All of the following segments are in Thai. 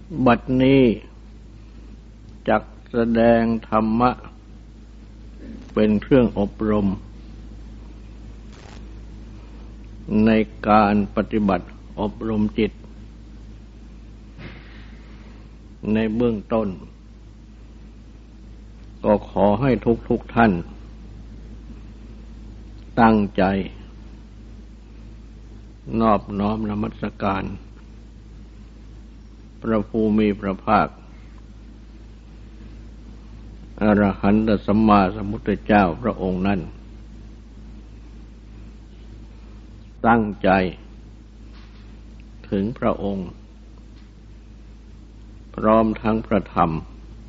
บัดนี้จักแสดงธรรมะเป็นเครื่องอบรมในการปฏิบัติอบรมจิตในเบื้องต้นก็ขอให้ทุกท่านตั้งใจนอบน้อมนมัสการพระภูมิพระภาคอรหันตสัมมาสัมพุทธเจ้าพระองค์นั้นตั้งใจถึงพระองค์พร้อมทั้งพระธรรม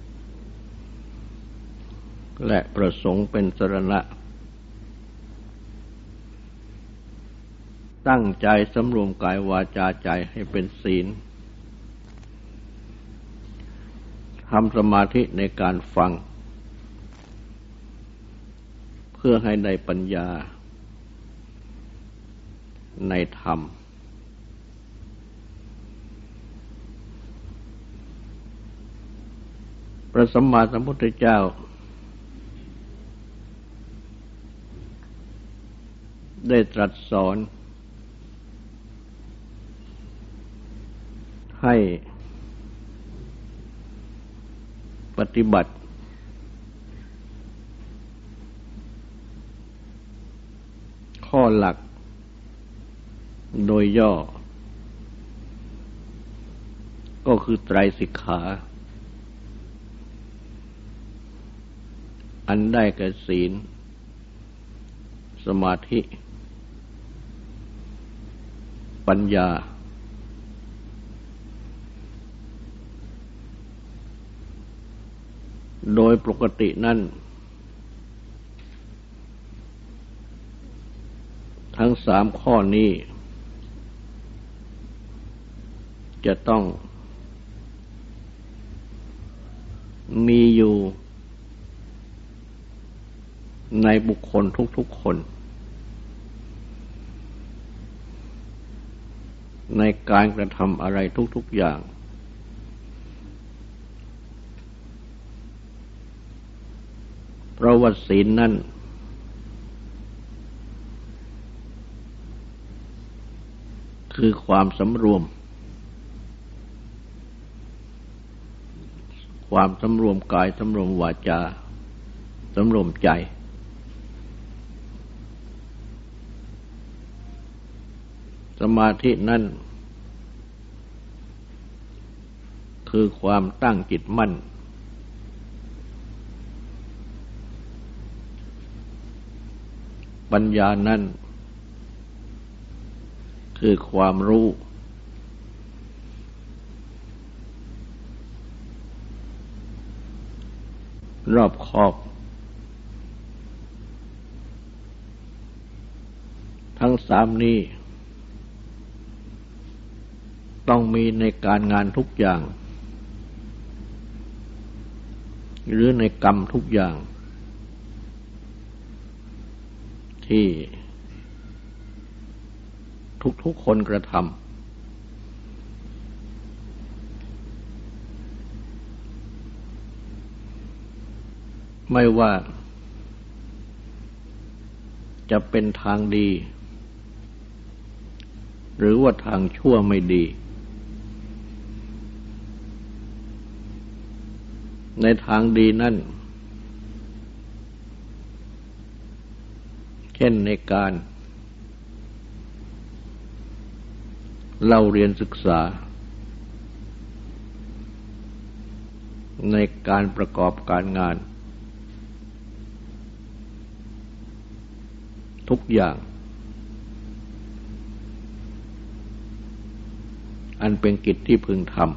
และประสงค์เป็นสรณะตั้งใจสำรวมกายวาจาใจให้เป็นศีลทำสมาธิในการฟังเพื่อให้ได้ปัญญาในธรรมพระสัมมาสัมพุทธเจ้าได้ตรัสสอนให้ปฏิบัติข้อหลักโดยย่อก็คือไตรสิกขาอันได้แก่ศีลสมาธิปัญญาโดยปกตินั้นทั้งสามข้อนี้จะต้องมีอยู่ในบุคคลทุกๆคนในการกระทำอะไรทุกๆอย่างเพราะว่าศีลนั่นคือความสำรวมกายสำรวมวาจาสำรวมใจสมาธินั่นคือความตั้งจิตมั่นปัญญานั่นคือความรู้รอบคอบทั้งสามนี้ต้องมีในการงานทุกอย่างหรือในกรรมทุกอย่างที่ทุกคนกระทำไม่ว่าจะเป็นทางดีหรือว่าทางชั่วไม่ดีในทางดีนั่นเช่นในการเล่าเรียนศึกษาในการประกอบการงานทุกอย่างอันเป็นกิจที่พึงทำ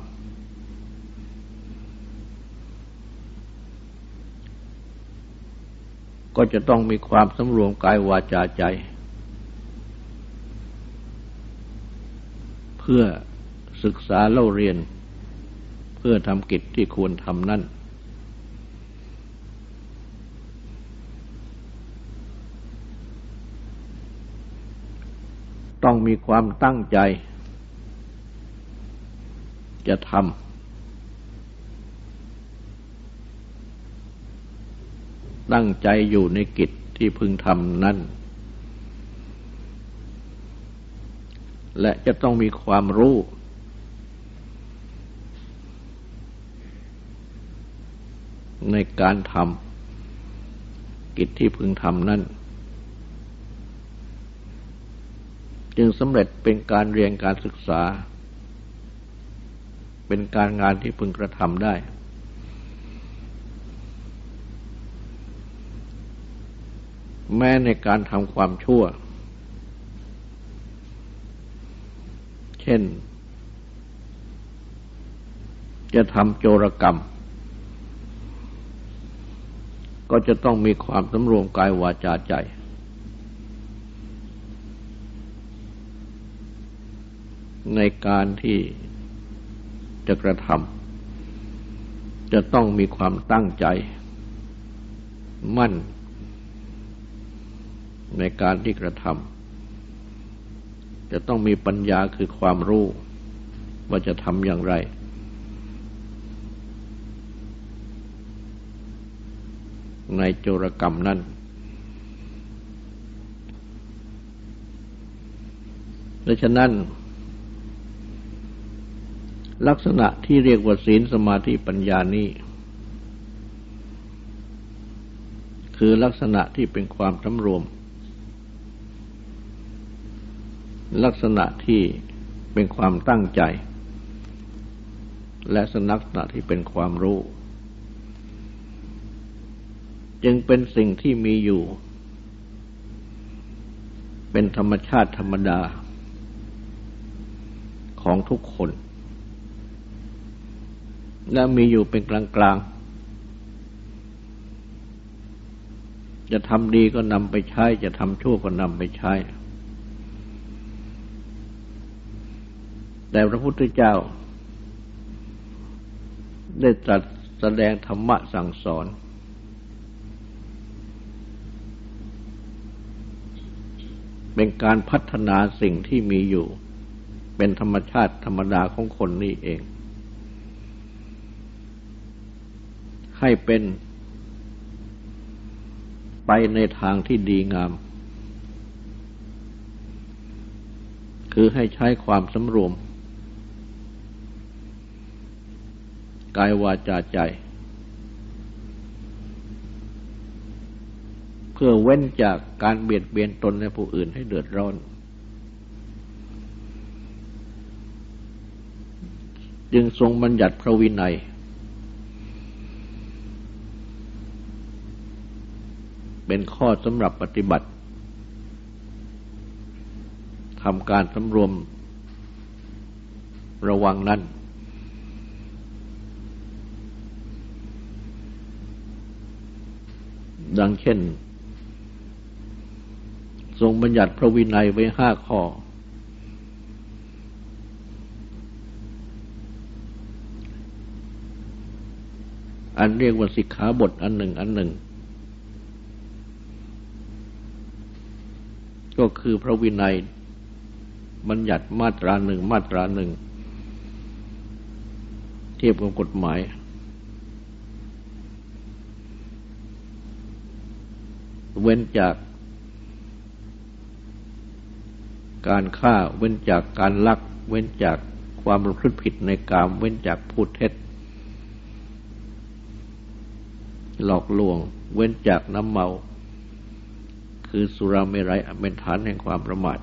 ก็จะต้องมีความสำรวมกายวาจาใจเพื่อศึกษาเล่าเรียนเพื่อทำกิจที่ควรทำนั่นต้องมีความตั้งใจจะทตั้งใจอยู่ในกิจที่พึงทำนั้นและจะต้องมีความรู้ในการทำกิจที่พึงทำนั้นจึงสำเร็จเป็นการเรียนการศึกษาเป็นการงานที่พึงกระทำได้แม้ในการทำความชั่วเช่นจะทำโจรกรรมก็จะต้องมีความสำรวมกายวาจาใจในการที่จะกระทำจะต้องมีความตั้งใจมั่นในการที่กระทำจะต้องมีปัญญาคือความรู้ว่าจะทำอย่างไรในโจรกรรมนั้นดังนั้นลักษณะที่เรียกว่าศีลสมาธิปัญญานี้คือลักษณะที่เป็นความสำรวมลักษณะที่เป็นความตั้งใจและลักษณะที่เป็นความรู้จึงเป็นสิ่งที่มีอยู่เป็นธรรมชาติธรรมดาของทุกคนและมีอยู่เป็นกลางๆจะทำดีก็นำไปใช้จะทำชั่วก็นำไปใช้แต่พระพุทธเจ้าได้ตรัสแสดงธรรมะสั่งสอนเป็นการพัฒนาสิ่งที่มีอยู่เป็นธรรมชาติธรรมดาของคนนี่เองให้เป็นไปในทางที่ดีงามคือให้ใช้ความสำรวมกายวาจาใจเพื่อเว้นจากการเบียดเบียนตนและผู้อื่นให้เดือดร้อนจึงทรงบัญญัติพระวินัยเป็นข้อสำหรับปฏิบัติทำการสำรวมระวังนั้นดังเช่นทรงบัญญัติพระวินัยไว้5 ข้ออันเรียกว่าสิกขาบทอันหนึ่งก็คือพระวินัยบัญญัติมาตราหนึ่งเทียบกับกฎหมายเว้นจากการฆ่าเว้นจากการลักเว้นจากความประพฤติผิดในกามเว้นจากพูดเท็จหลอกลวงเว้นจากน้ำเมาคือสุราเมรัยเป็นฐานแห่งความประมาท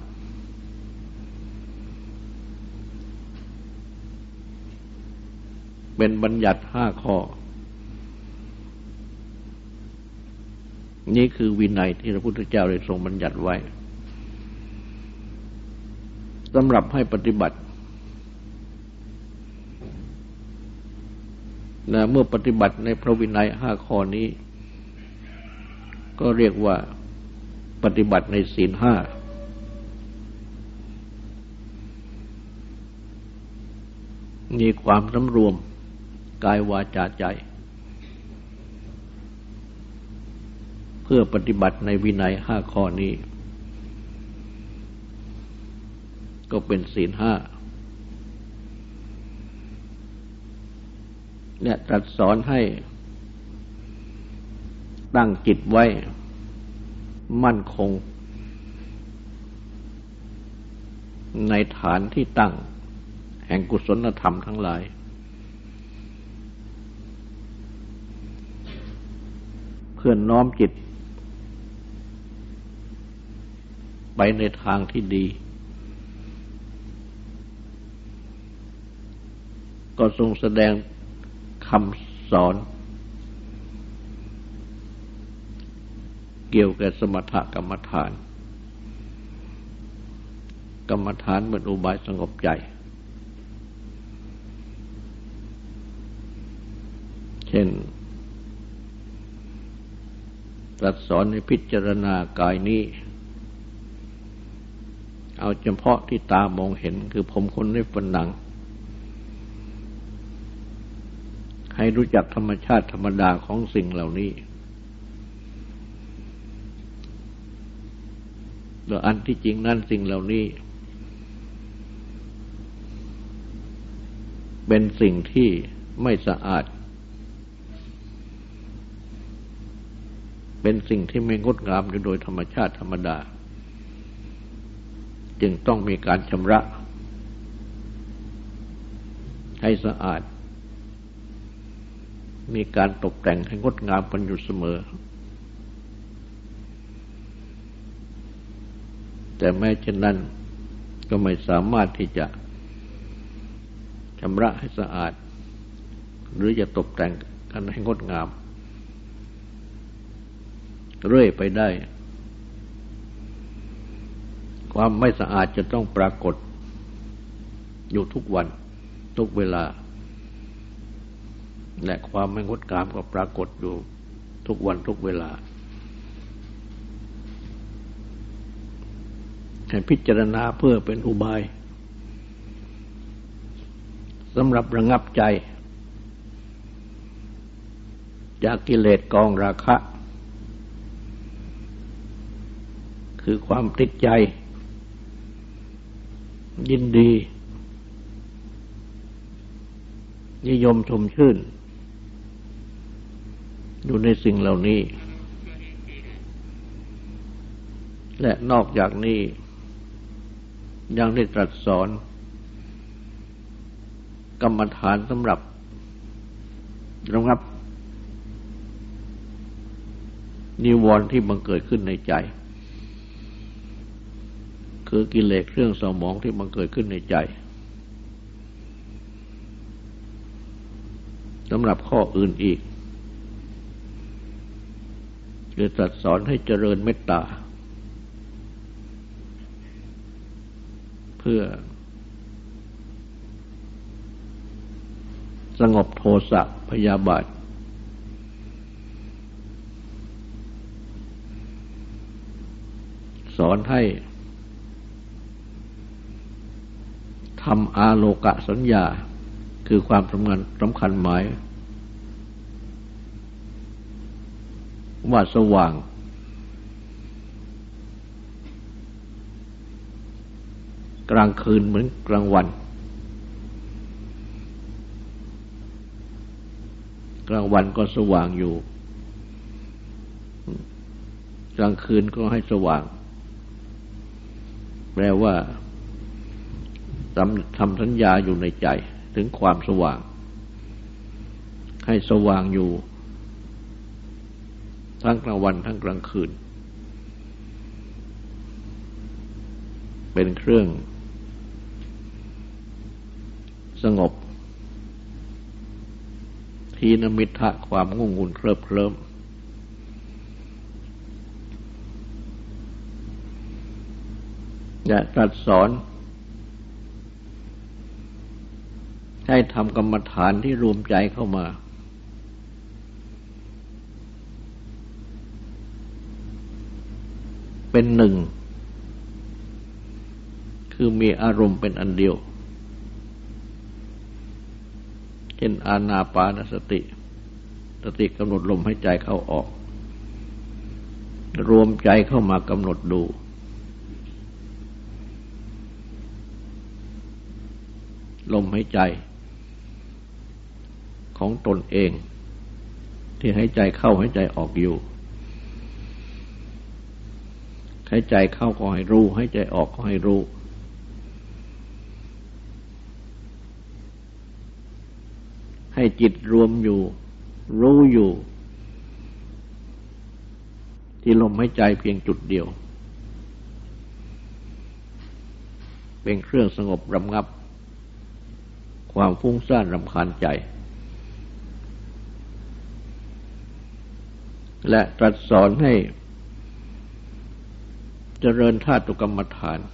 เป็นบัญญัติ5 ข้อนี่คือวินัยที่พระพุทธเจ้าได้ทรงบัญญัติไว้สำหรับให้ปฏิบัติและเมื่อปฏิบัติในพระวินัย5 ข้อนี้ก็เรียกว่าปฏิบัติในศีล 5มีความสำรวมกายวาจาใจเพื่อปฏิบัติในวินัย5 ข้อนี้ก็เป็นศีล 5และตรัสสอนให้ตั้งจิตไว้มั่นคงในฐานที่ตั้งแห่งกุศลธรรมทั้งหลายเพื่อน้อมจิตไปในทางที่ดีก็ทรงแสดงคำสอนเกี่ยวกับสมถกรรมฐานกรรมฐานเหมือนอุบายสงบใจเช่นตรัสสอนให้พิจารณากายนี้เอาเฉพาะที่ตามองเห็นคือผมขนเล็บฟันหนังให้รู้จักธรรมชาติธรรมดาของสิ่งเหล่านี้โดยอันที่จริงนั้นสิ่งเหล่านี้เป็นสิ่งที่ไม่สะอาดเป็นสิ่งที่ไม่งดงามอยู่โดยธรรมชาติธรรมดาจึงต้องมีการชำระให้สะอาดมีการตกแต่งให้งดงามกันอยู่เสมอแต่แม้เช่นนั้นก็ไม่สามารถที่จะชำระให้สะอาดหรือจะตกแต่งกันให้งดงามเรื่อยไปได้ความไม่สะอาดจะต้องปรากฏอยู่ทุกวันทุกเวลาและความไม่งดงามก็ปรากฏอยู่ทุกวันทุกเวลาให้พิจารณาเพื่อเป็นอุบายสำหรับระงับใจจากกิเลสกองราคะคือความติดใจยินดีนิยมชมชื่นอยู่ในสิ่งเหล่านี้และนอกจากนี้ยังได้ตรัสสอนกรรมฐานสำหรับระงับนิวรณ์ที่บังเกิดขึ้นในใจคือกิเลสเครื่องเศร้าหมองที่บังเกิดขึ้นในใจสำหรับข้ออื่นอีกคือตรัสสอนให้เจริญเมตตาเพื่อสงบโทสะพยาบาทสอนให้ทำอาโลกะสัญญาคือความสำคัญหมายว่าสว่างกลางคืนเหมือนกลางวันกลางวันก็สว่างอยู่กลางคืนก็ให้สว่างแปลว่าทำสัญญาอยู่ในใจถึงความสว่างให้สว่างอยู่ทั้งกลางวันทั้งกลางคืนเป็นเครื่องสงบทีนมิทะความงุ่นงุนเคลิบเคลิ้มและตรัสสอนให้ทำกรรมฐานที่รวมใจเข้ามาเป็นหนึ่งคือมีอารมณ์เป็นอันเดียวเช่นอานาปานสติกำหนดลมให้ใจเข้าออกรวมใจเข้ามากำหนดดูลมหายใจของตนเองที่หายใจเข้าหายใจออกอยู่หายใจเข้าก็ให้รู้หายใจออกก็ให้รู้ให้จิตรวมอยู่รู้อยู่ที่ลมหายใจเพียงจุดเดียวเป็นเครื่องสงบระงับความฟุ้งซ่านรำคาญใจและตรัสสอนให้เจริญธาตุกรรมฐาน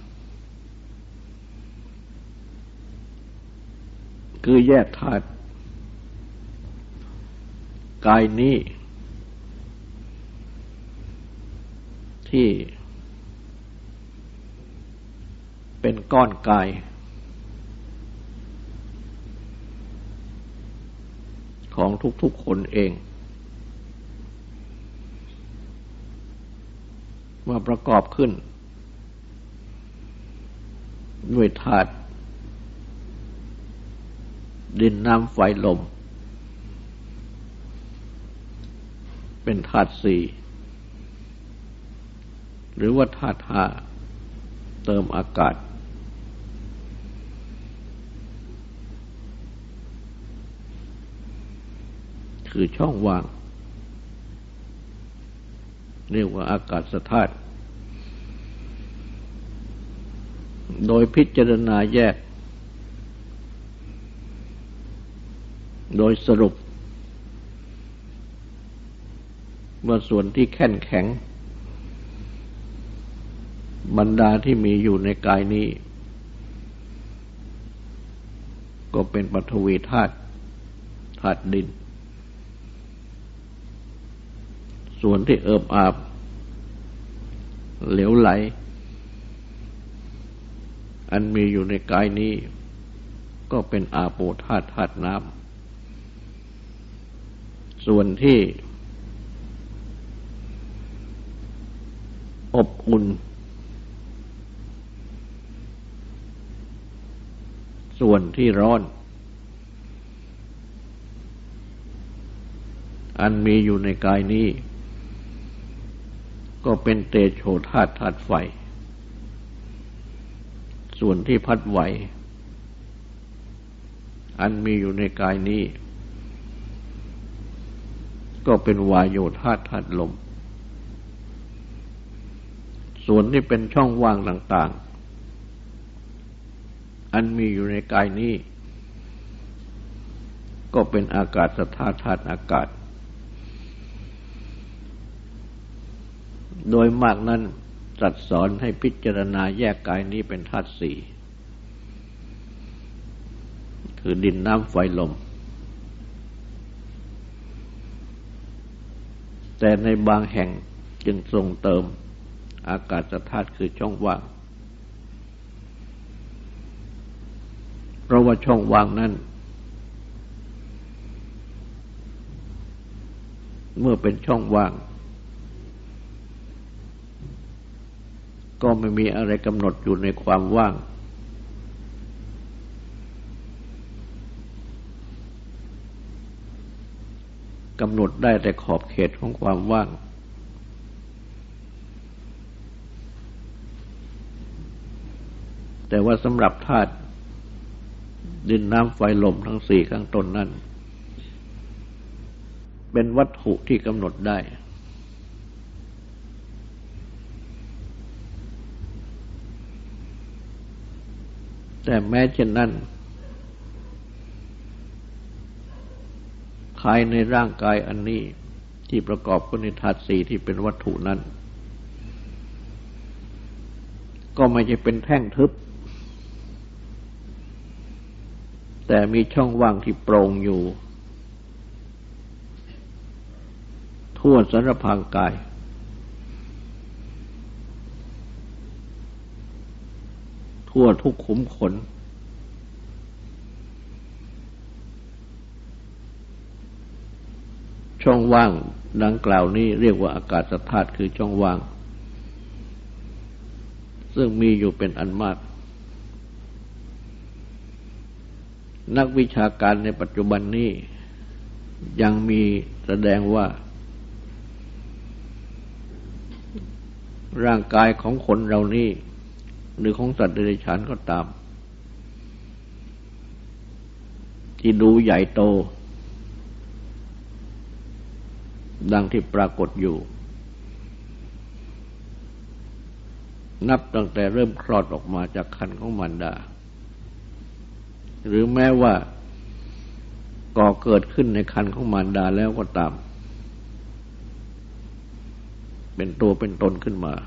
คือแยกธาตุกายนี้ที่เป็นก้อนกายของทุกๆคนเองว่าประกอบขึ้นด้วยธาตุดินน้ำไฟลมเป็นธาตุสี่หรือว่าธาตุห้าเติมอากาศคือช่องว่างเรียกว่าอากาศธาตุโดยพิจารณาแยกโดยสรุปว่าส่วนที่แข็งแข็งบรรดาที่มีอยู่ในกายนี้ก็เป็นปฐวีธาตุธาตุดินส่วนที่เอิบอาบเหลวไหลอันมีอยู่ในกายนี้ก็เป็นอาโปธาตุธาตุน้ำส่วนที่อบอุ่นส่วนที่ร้อนอันมีอยู่ในกายนี้ก็เป็นเตโชธาตุธาตุไฟส่วนที่พัดไหวอันมีอยู่ในกายนี้ก็เป็นวายโยธาตุธาตุลมส่วนที่เป็นช่องว่างต่างๆอันมีอยู่ในกายนี้ก็เป็นอากาศธาตุธาตุอากาศโดยมากนั้นตรัสสอนให้พิจารณาแยกกายนี้เป็นธาตุสี่คือดินน้ำไฟลมแต่ในบางแห่งจึงทรงเติมอากาศธาตุคือช่องว่างเพราะว่าช่องว่างนั้นเมื่อเป็นช่องว่างก็ไม่มีอะไรกำหนดอยู่ในความว่างกำหนดได้แต่ขอบเขตของความว่างแต่ว่าสำหรับธาตุดินน้ำไฟลมทั้งสี่ข้างต้นนั้นเป็นวัตถุที่กำหนดได้แต่แม้เช่นนั้นภายในร่างกายอันนี้ที่ประกอบขึ้นในธาตุสี่ที่เป็นวัตถุนั้นก็ไม่ใช่เป็นแท่งทึบแต่มีช่องว่างที่โปร่งอยู่ทั่วสารพางกายทั่วทุกขุมขนช่องว่างดังกล่าวนี้เรียกว่าอากาศธาตุคือช่องว่างซึ่งมีอยู่เป็นอันมากนักวิชาการในปัจจุบันนี้ยังมีแสดงว่าร่างกายของคนเรานี่หรือของสัตว์เดรัจฉานก็ตามที่ดูใหญ่โตดังที่ปรากฏอยู่นับตั้งแต่เริ่มคลอดออกมาจากครรภ์ของมารดาหรือแม้ว่าก่อเกิดขึ้นในครรภ์ของมารดาแล้วก็ตามเป็นตัวเป็นตนขึ้นมา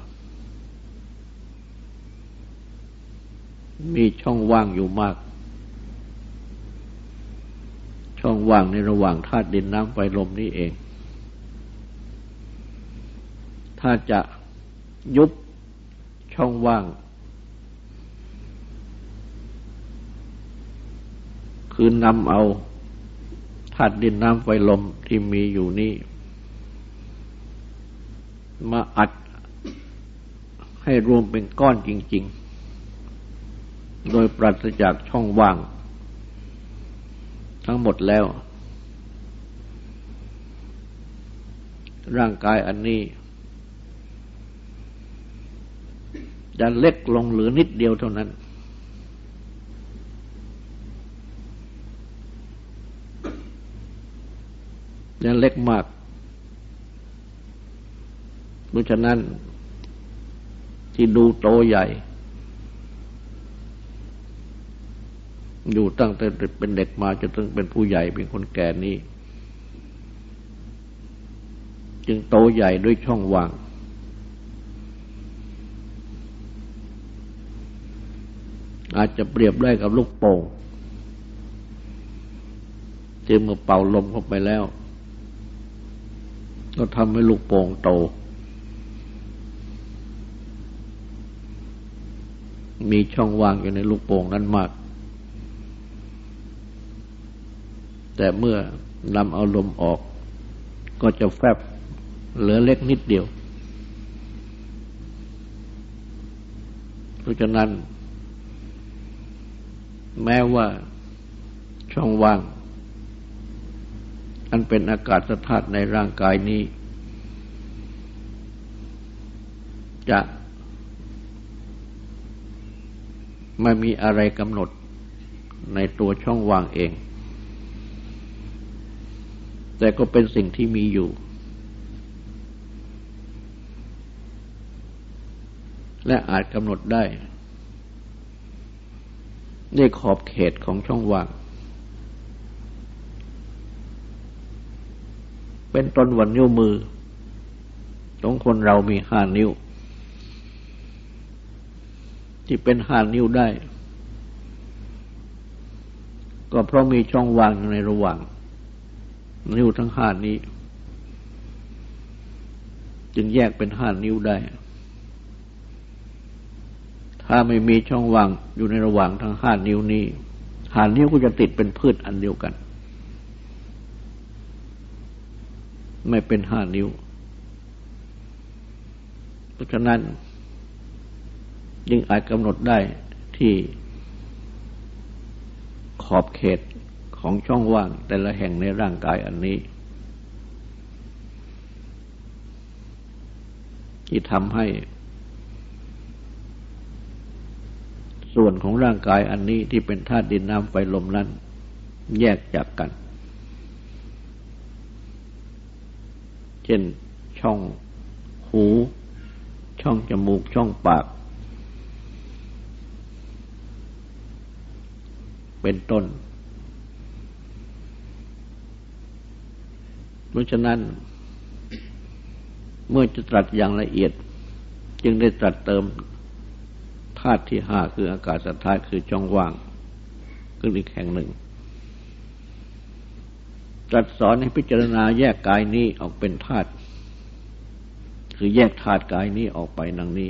มีช่องว่างอยู่มากช่องว่างในระหว่างธาตุดินน้ำไฟลมนี้เองถ้าจะยุบช่องว่างคือนำเอาธาตุดินน้ำไฟลมที่มีอยู่นี้มาอัดให้รวมเป็นก้อนจริงๆโดยปราศจากช่องว่างทั้งหมดแล้วร่างกายอันนี้จะเล็กลงเหลือนิดเดียวเท่านั้นยังเล็กมากเพราะฉะนั้นที่ดูโตใหญ่อยู่ตั้งแต่เป็นเด็กมาจนถึงเป็นผู้ใหญ่เป็นคนแก่นี้จึงโตใหญ่ด้วยช่องว่างอาจจะเปรียบได้กับลูกโป่งที่เมื่อเป่าลมเข้าไปแล้วก็ทำให้ลูกโป่งโตมีช่องว่างอยู่ในลูกโป่งนั้นมากแต่เมื่อนำเอาลมออกก็จะแฟบเหลือเล็กนิดเดียวเพราะฉะนั้นแม้ว่าช่องว่างอันเป็นอากาศธาตุในร่างกายนี้จะไม่มีอะไรกำหนดในตัวช่องว่างเองแต่ก็เป็นสิ่งที่มีอยู่และอาจกำหนดได้ในขอบเขตของช่องว่างเป็นต้นวันนิ้วมือของคนเรามี5 นิ้วที่เป็น5 นิ้วได้ก็เพราะมีช่องว่างในระหว่างนิ้วทั้ง5นี้จึงแยกเป็น5 นิ้วได้ถ้าไม่มีช่องว่างอยู่ในระหว่างทั้ง5 นิ้วนี้5 นิ้วก็จะติดเป็นพืชอันเดียวกันไม่เป็น5 นิ้วเพราะฉะนั้นยิ่งอาจกำหนดได้ที่ขอบเขตของช่องว่างแต่ละแห่งในร่างกายอันนี้ที่ทำให้ส่วนของร่างกายอันนี้ที่เป็นธาตุดินน้ำไฟลมนั้นแยกจากกันเช่นช่องหูช่องจมูกช่องปากเป็นต้นเพราะฉะนั้นเมื่อจะตรัสอย่างละเอียดจึงได้ตรัสเติมธาตุที่5คืออากาศธาตุคือช่องว่างขึ้นอีกแห่งหนึ่งตรัสสอนให้พิจารณาแยกกายนี้ออกเป็นธาตุคือแยกธาตุกายนี้ออกไปดังนี้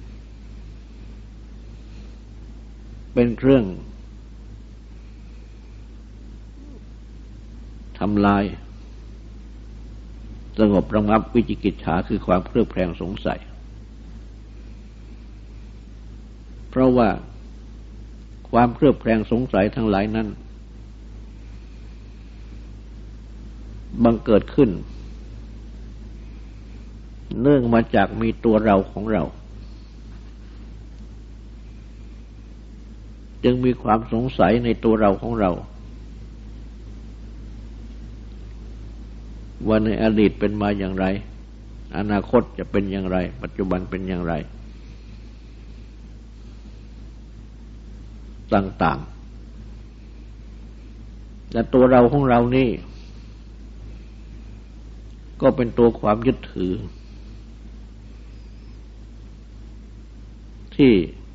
เป็นเครื่องทำลายสงบระงับวิจิกิจฉาคือความเครือบแคลงสงสัยเพราะว่าความเครือบแคลงสงสัยทั้งหลายนั้นบังเกิดขึ้นเนื่องมาจากมีตัวเราของเราจึงมีความสงสัยในตัวเราของเราว่าในอดีตเป็นมาอย่างไรอนาคตจะเป็นอย่างไรปัจจุบันเป็นอย่างไรต่างๆแต่ตัวเราของเรานี่ก็เป็นตัวความยึดถือที่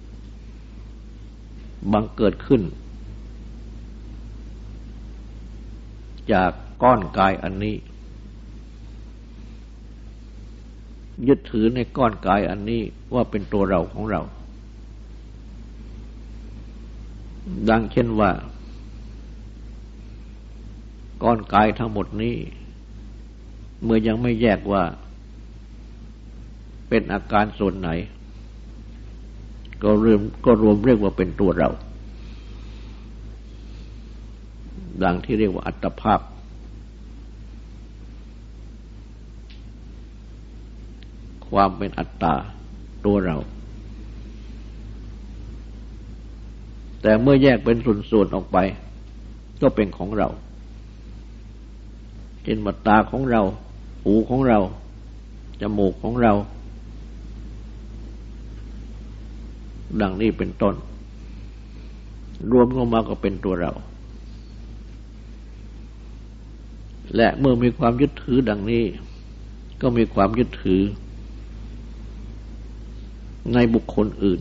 บังเกิดขึ้นจากก้อนกายอันนี้ยึดถือในก้อนกายอันนี้ว่าเป็นตัวเราของเราดังเช่นว่าก้อนกายทั้งหมดนี้เมื่อยังไม่แยกว่าเป็นอาการส่วนไหนก็รวมเรียกว่าเป็นตัวเราดังที่เรียกว่าอัตภาพความเป็นอัตตาตัวเราแต่เมื่อแยกเป็นส่วนๆออกไปก็เป็นของเราเช่นตาของเราหูของเราจมูกของเราดังนี้เป็นต้นรวมเข้ามาก็เป็นตัวเราและเมื่อมีความยึดถือดังนี้ก็มีความยึดถือในบุคคลอื่น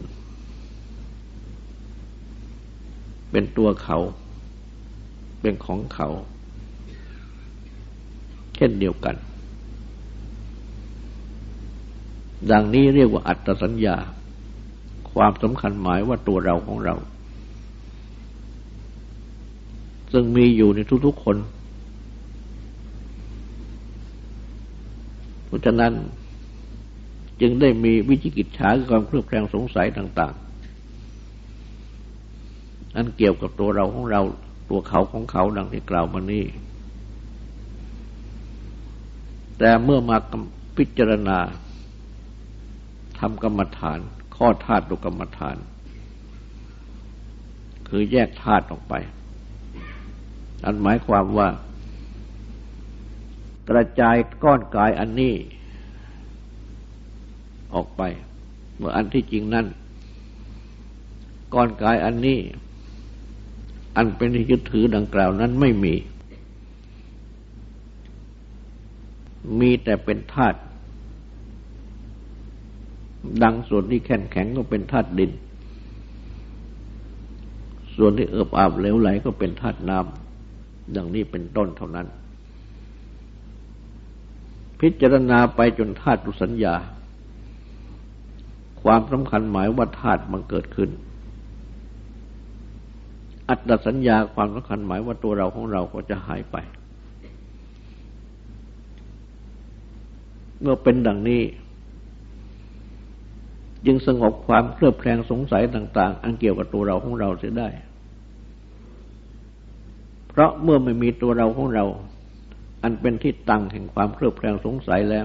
เป็นตัวเขาเป็นของเขาเช่นเดียวกันดังนี้เรียกว่าอัตตสัญญาความสำคัญหมายว่าตัวเราของเราซึ่งมีอยู่ในทุกๆคนเพราะฉะนั้นจึงได้มีวิจิกิจฉาคือความเคลือบแคลงสงสัยต่างๆอันเกี่ยวกับตัวเราของเราตัวเขาของเขาดังที่กล่าวมานี้แต่เมื่อมาพิจารณาทำกรรมฐานข้อธาตุกรรมฐานคือแยกธาตุออกไปอันหมายความว่ากระจายก้อนกายอันนี้ออกไปเมื่ออันที่จริงนั้นก้อนกายอันนี้อันเป็นที่ยึดถือดังกล่าวนั้นไม่มีแต่เป็นธาตุดังส่วนที่แข็งแข็งก็เป็นธาตุดินส่วนที่เอิบอาบเหลวไหลก็เป็นธาตุน้ำดังนี้เป็นต้นเท่านั้นพิจารณาไปจนธาตุสัญญาความสำคัญหมายว่าธาตุมันเกิดขึ้นอัตตสัญญาความสำคัญหมายว่าตัวเราของเราก็จะหายไปเมื่อเป็นดังนี้จึงสงบความเคลือบแคลงสงสัยต่างๆอันเกี่ยวกับตัวเราของเราเสียได้เพราะเมื่อไม่มีตัวเราของเราอันเป็นที่ตั้งแห่งความเคลือบแคลงสงสัยแล้ว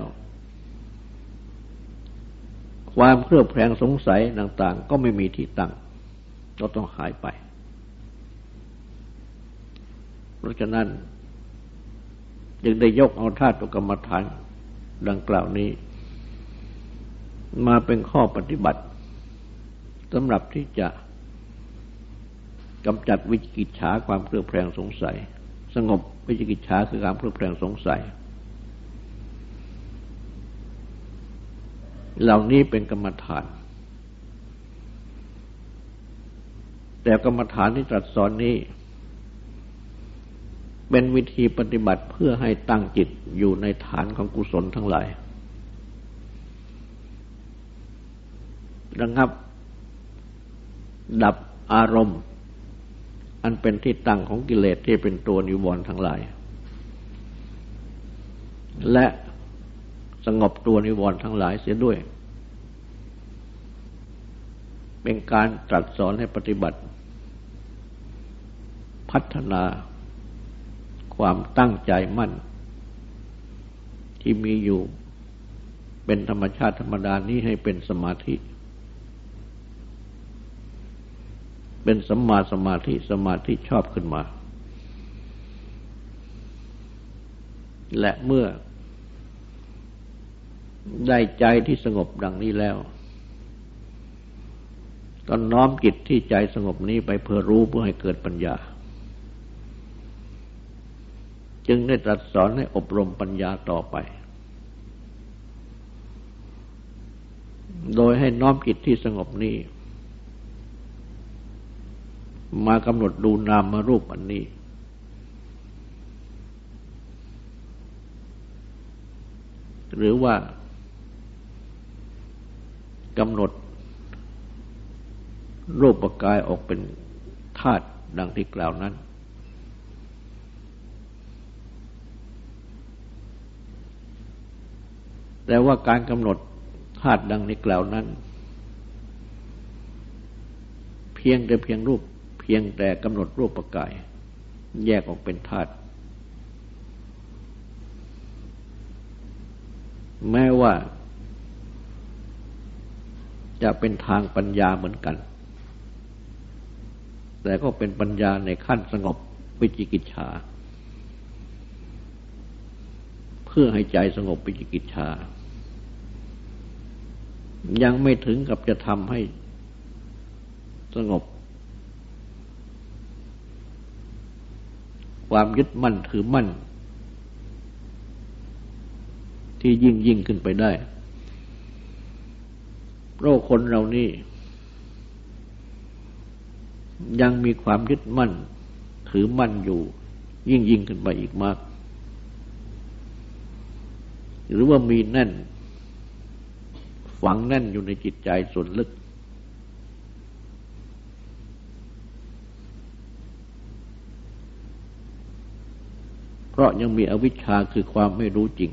ความเคลือบแคลงสงสัยต่างๆก็ไม่มีที่ตั้งก็ต้องหายไปเพราะฉะนั้นจึงได้ยกเอาธาตุกรรมฐานดังกล่าวนี้มาเป็นข้อปฏิบัติสำหรับที่จะกำจัดวิจิกิจฉาความเคลือบแคลงสงสัยสงบวิจิกิจฉาคือความเคลือบแคลงสงสัยเหล่านี้เป็นกรรมฐานแต่กรรมฐานที่ตรัสสอนนี้เป็นวิธีปฏิบัติเพื่อให้ตั้งจิตอยู่ในฐานของกุศลทั้งหลายระงับดับอารมณ์อันเป็นที่ตั้งของกิเลสที่เป็นตัวนิวรณ์ทั้งหลายและสงบตัวนิวรณ์ทั้งหลายเสียด้วยเป็นการตรัสสอนให้ปฏิบัติพัฒนาความตั้งใจมั่นที่มีอยู่เป็นธรรมชาติธรรมดานี้ให้เป็นสมาธิเป็นสัมมาสมาธิสมาธิชอบขึ้นมาและเมื่อได้ใจที่สงบดังนี้แล้วก็น้อมจิตที่ใจสงบนี้ไปเพื่อรู้เพื่อให้เกิดปัญญาจึงได้ตรัสสอนให้อบรมปัญญาต่อไปโดยให้น้อมจิตที่สงบนี้มากำหนดดูนามรูปอันนี้หรือว่ากำหนดรูปกายออกเป็นธาตุดังที่กล่าวนั้นแต่ว่าการกำหนดธาตุดังที่กล่าวนั้นเพียงแต่กำหนดรูปกายแยกออกเป็นธาตุแม้ว่าจะเป็นทางปัญญาเหมือนกันแต่ก็เป็นปัญญาในขั้นสงบวิจิกิจฉาเพื่อให้ใจสงบวิจิกิจฉายังไม่ถึงกับจะทำให้สงบความยึดมั่นถือมั่นที่ยิ่งขึ้นไปได้เพราะคนเรานี่ยังมีความยึดมั่นถือมั่นอยู่ยิ่งขึ้นไปอีกมากหรือว่ามีแน่นฝังแน่นอยู่ในจิตใจส่วนลึกเพราะยังมีอวิชชาคือความไม่รู้จริง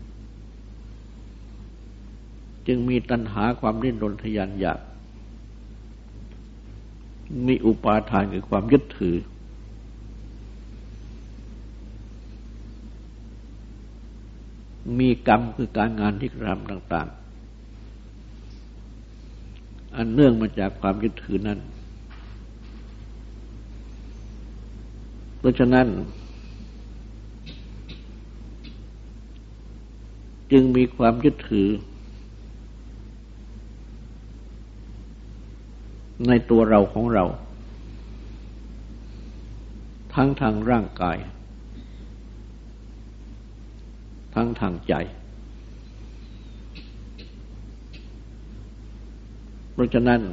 จึงมีตัณหาความดิ้นรนทะยานอยากมีอุปาทานคือความยึดถือมีกรรมคือการงานที่กระทำต่างๆอันเนื่องมาจากความยึดถือนั้นเพราะฉะนั้นจึงมีความยึดถือในตัวเราของเราทั้งทางร่างกายทั้งทางใจเพราะฉะนั้น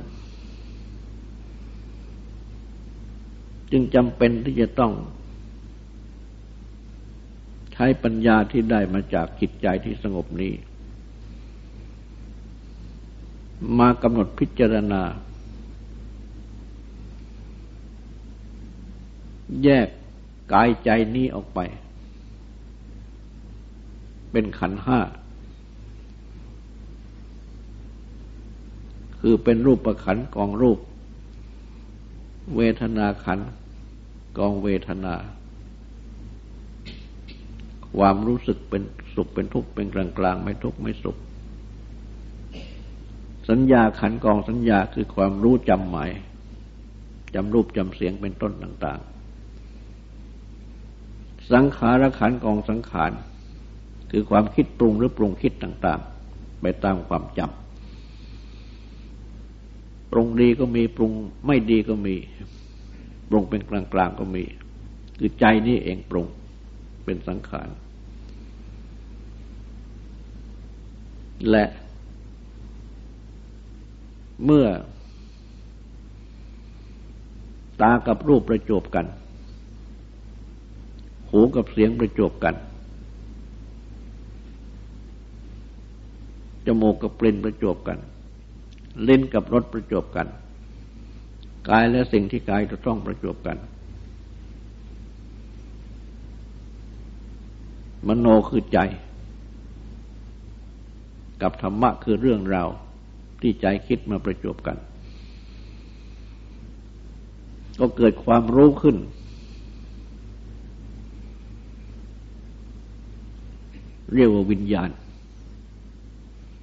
จึงจำเป็นที่จะต้องใช้ปัญญาที่ได้มาจากจิตใจที่สงบนี้มากำหนดพิจารณาแยกกายใจนี้ออกไปเป็นขันธ์ห้าคือเป็นรูปขันธ์กองรูปเวทนาขันธ์กองเวทนาความรู้สึกเป็นสุขเป็นทุกข์เป็นกลางๆไม่ทุกข์ไม่สุขสัญญาขันธ์กองสัญญาคือความรู้จำหมายจำรูปจำเสียงเป็นต้นต่างๆสังขารขันธ์กองสังขารคือความคิดปรุงหรือปรุงคิดต่างๆไปตามความจำปรุงดีก็มีปรุงไม่ดีก็มีปรุงเป็นกลางๆก็มีคือใจนี่เองปรุงเป็นสังขารและเมื่อตากับรูปประจบกันหูกับเสียงประจบกันจมูกกับกลิ่นประจบกันลิ้นกับรสประจบกันกายและสิ่งที่กายจะต้องประจบกันมโนคือใจกับธรรมะคือเรื่องราวที่ใจคิดมาประจบกันก็เกิดความรู้ขึ้นเรียกว่าวิญญาณ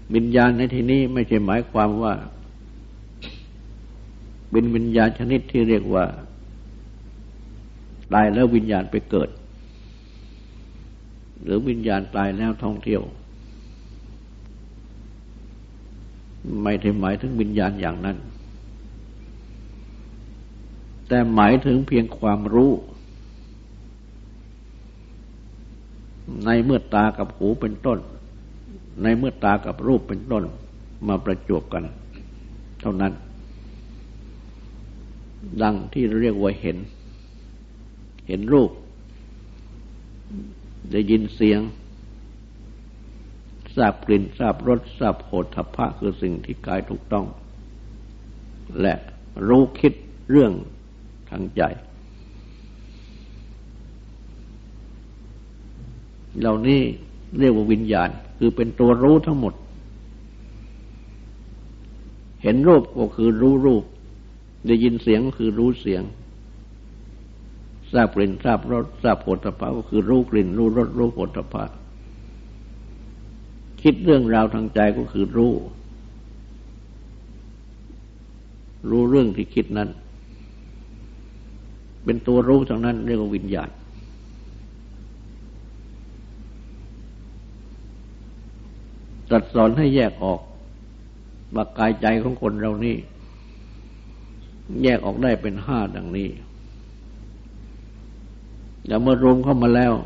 วิญญาณในที่นี้ไม่ใช่หมายความว่าเป็นวิญญาณชนิดที่เรียกว่าตายแล้ววิญญาณไปเกิดหรือวิญญาณตายแล้วท่องเที่ยวไม่ได้หมายถึงวิญญาณอย่างนั้นแต่หมายถึงเพียงความรู้ในเมื่อตากับหูเป็นต้นในเมื่อตากับรูปเป็นต้นมาประจวบกันเท่านั้นดังที่เรียกว่าเห็นรูปได้ยินเสียงทราบกลิ่นทราบรสทราบโผฏฐัพพะคือสิ่งที่กายถูกต้องและรู้คิดเรื่องทางใจเหล่านี้เรียกว่าวิญญาณคือเป็นตัวรู้ทั้งหมดเห็นรูปก็คือรู้รูปได้ยินเสียงก็คือรู้เสียงทราบกลิ่นทราบรสทราบโผฏฐัพพะก็คือรู้กลิ่นรู้รสรู้โผฏฐัพพะคิดเรื่องราวทางใจก็คือรู้เรื่องที่คิดนั้นเป็นตัวรู้ทั้งนั้นเรียกว่าวิญญาณตรัสสอนให้แยกออกว่ากายใจของคนเรานี่แยกออกได้เป็น5ดังนี้แล้วเมื่อรวมเข้ามาแล้ว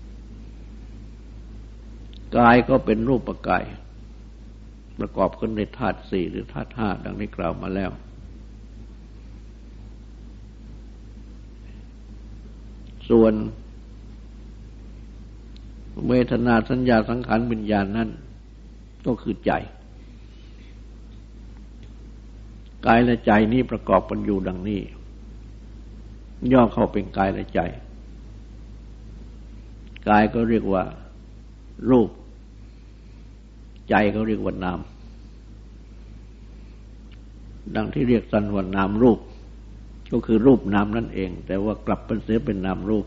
กายก็เป็นรูปกายประกอบขึ้นในธาตุ4หรือธาตุ5ดังนี้กล่าวมาแล้วส่วนเวทนาสัญญาสังขารวิญญาณนั้นก็คือใจกายและใจนี้ประกอบกันอยู่ดังนี้ย่อเข้าเป็นกายและใจกายก็เรียกว่ารูปใจก็เรียกว่านามดังที่เรียกสั้นว่านามรูปก็คือรูปนามนั่นเองแต่ว่ากลับเป็นเสียเป็นนามรูป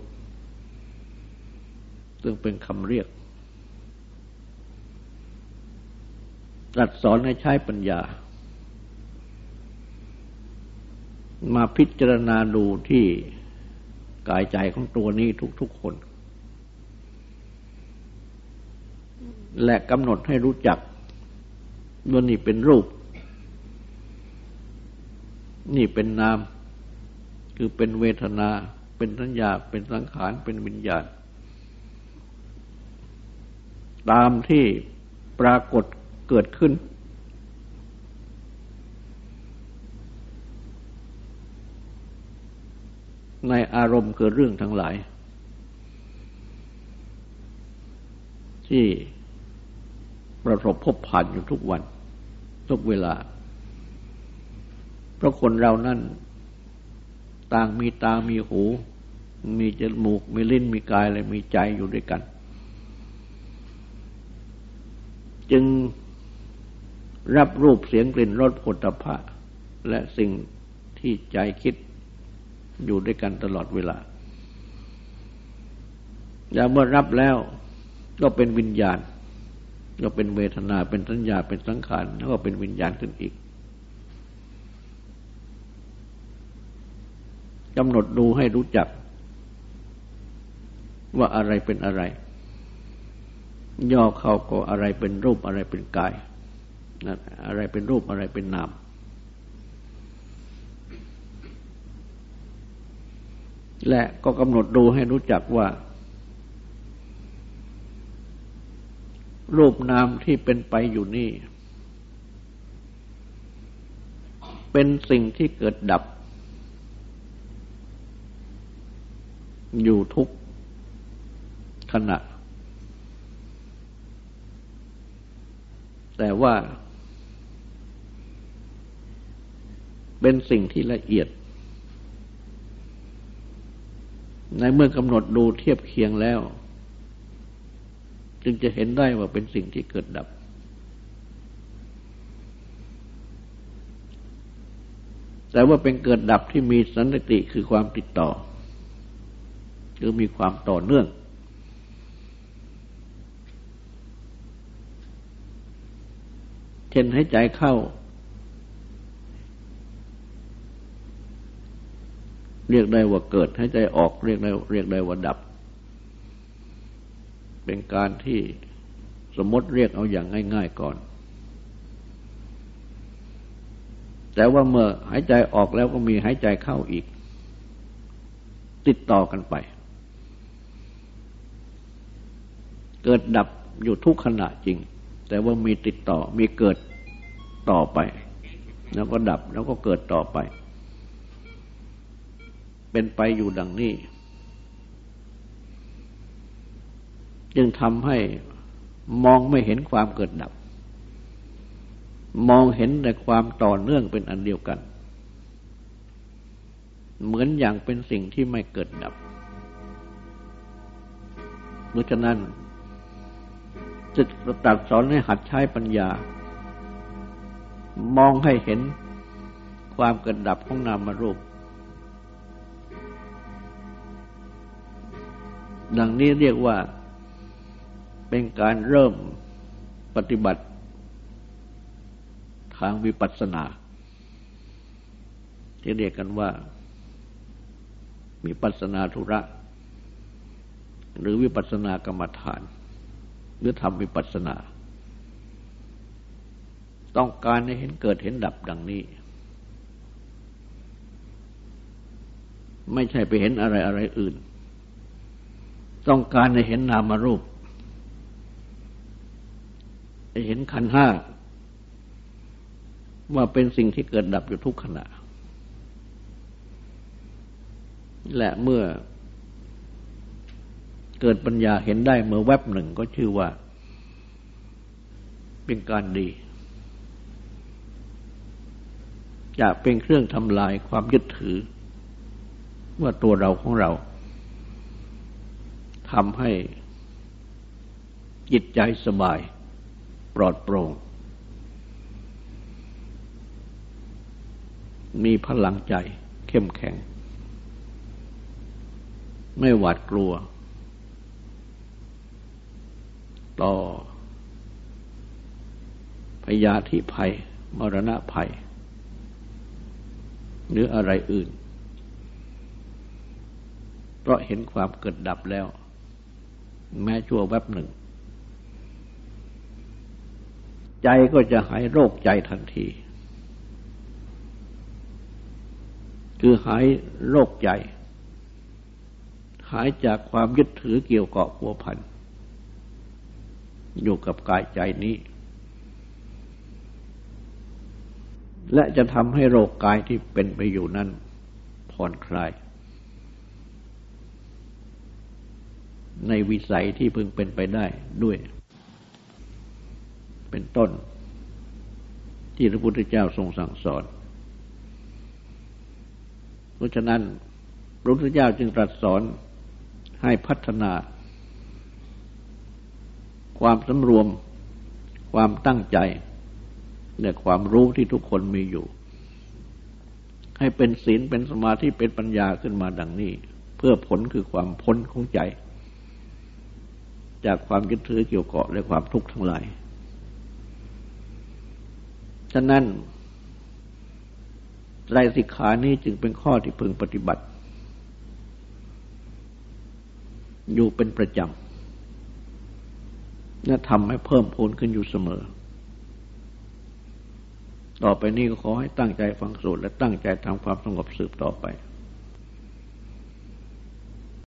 ซึ่งเป็นคำเรียกตรัสสอนให้ใช้ปัญญามาพิจารณาดูที่กายใจของตัวนี้ทุกๆคนและกำหนดให้รู้จักว่านี่เป็นรูปนี่เป็นนามคือเป็นเวทนาเป็นสัญญาเป็นสังขารเป็นวิญญาณตามที่ปรากฏเกิดขึ้นในอารมณ์คือเรื่องทั้งหลายที่ประสบพบผ่านอยู่ทุกวันทุกเวลาเพราะคนเรานั้นต่างมีตามีหูมีจมูกมีลิ้นมีกายและมีใจอยู่ด้วยกันจึงรับรูปเสียงกลิ่นรสโผฏฐัพพะและสิ่งที่ใจคิดอยู่ด้วยกันตลอดเวลาแล้วเมื่อรับแล้วก็เป็นวิญญาณก็เป็นเวทนาเป็นสัญญาเป็นสังขารแล้วก็เป็นวิญญาณขึ้นอีกกำหนดดูให้รู้จักว่าอะไรเป็นอะไรย่อเข้าก็อะไรเป็นรูปอะไรเป็นกายอะไรเป็นรูปอะไรเป็นนามและก็กำหนดดูให้รู้จักว่ารูปนามที่เป็นไปอยู่นี่เป็นสิ่งที่เกิดดับอยู่ทุกขณะแต่ว่าเป็นสิ่งที่ละเอียดในเมื่อกำหนดดูเทียบเคียงแล้วจึงจะเห็นได้ว่าเป็นสิ่งที่เกิดดับแต่ว่าเป็นเกิดดับที่มีสันติคือความติดต่อหรือมีความต่อเนื่องเช่นหายใจเข้าเรียกได้ว่าเกิดหายใจออกเรียกได้ว่าดับเป็นการที่สมมติเรียกเอาอย่างง่ายๆก่อนแต่ว่าเมื่อหายใจออกแล้วก็มีหายใจเข้าอีกติดต่อกันไปเกิดดับอยู่ทุกขณะจริงแต่ว่ามีติดต่อมีเกิดต่อไปแล้วก็ดับแล้วก็เกิดต่อไปเป็นไปอยู่ดังนี้จึงทำให้มองไม่เห็นความเกิดดับมองเห็นแต่ความต่อเนื่องเป็นอันเดียวกันเหมือนอย่างเป็นสิ่งที่ไม่เกิดดับเพราะฉะนั้นจะตรัสสอนให้หัดใช้ปัญญามองให้เห็นความเกิดดับของนามรูปดังนี้เรียกว่าเป็นการเริ่มปฏิบัติทางวิปัสสนาที่เรียกกันว่าวิปัสสนาธุระหรือวิปัสสนากรรมฐานหรือทำวิปัสสนาต้องการให้เห็นเกิดเห็นดับดังนี้ไม่ใช่ไปเห็นอะไรอื่นต้องการให้เห็นนามรูปให้เห็นขันธ์ห้าว่าเป็นสิ่งที่เกิดดับอยู่ทุกขณะและเมื่อเกิดปัญญาเห็นได้เมื่อแวบหนึ่งก็ชื่อว่าเป็นการดีจะเป็นเครื่องทำลายความยึดถือว่าตัวเราของเราทำให้จิตใจสบายปลอดโปร่งมีพลังใจเข้มแข็งไม่หวาดกลัวต่อพยาธิภัยมรณะภัยหรืออะไรอื่นเพราะเห็นความเกิดดับแล้วแม้ชั่วแวบหนึ่งใจก็จะหายโรคใจทันทีคือหายโรคใจหายจากความยึดถือเกี่ยวเกาะพัวพันอยู่กับกายใจนี้และจะทำให้โรคกายที่เป็นไปอยู่นั้นผ่อนคลายในวิสัยที่พึงเป็นไปได้ด้วยเป็นต้นที่พระพุทธเจ้าทรงสั่งสอนเพราะฉะนั้นพระพุทธเจ้าจึงตรัสสอนให้พัฒนาความสำรวมความตั้งใจและความรู้ที่ทุกคนมีอยู่ให้เป็นศีลเป็นสมาธิเป็นปัญญาขึ้นมาดังนี้เพื่อผลคือความพ้นของใจจากความยึดถือเกี่ยวเกาะและความทุกข์ทั้งหลายฉะนั้นไตรสิกขานี้จึงเป็นข้อที่พึงปฏิบัติอยู่เป็นประจำและทำให้เพิ่มพูนขึ้นอยู่เสมอต่อไปนี้ก็ขอให้ตั้งใจฟังสูตรและตั้งใจทำความสงบสืบต่อไป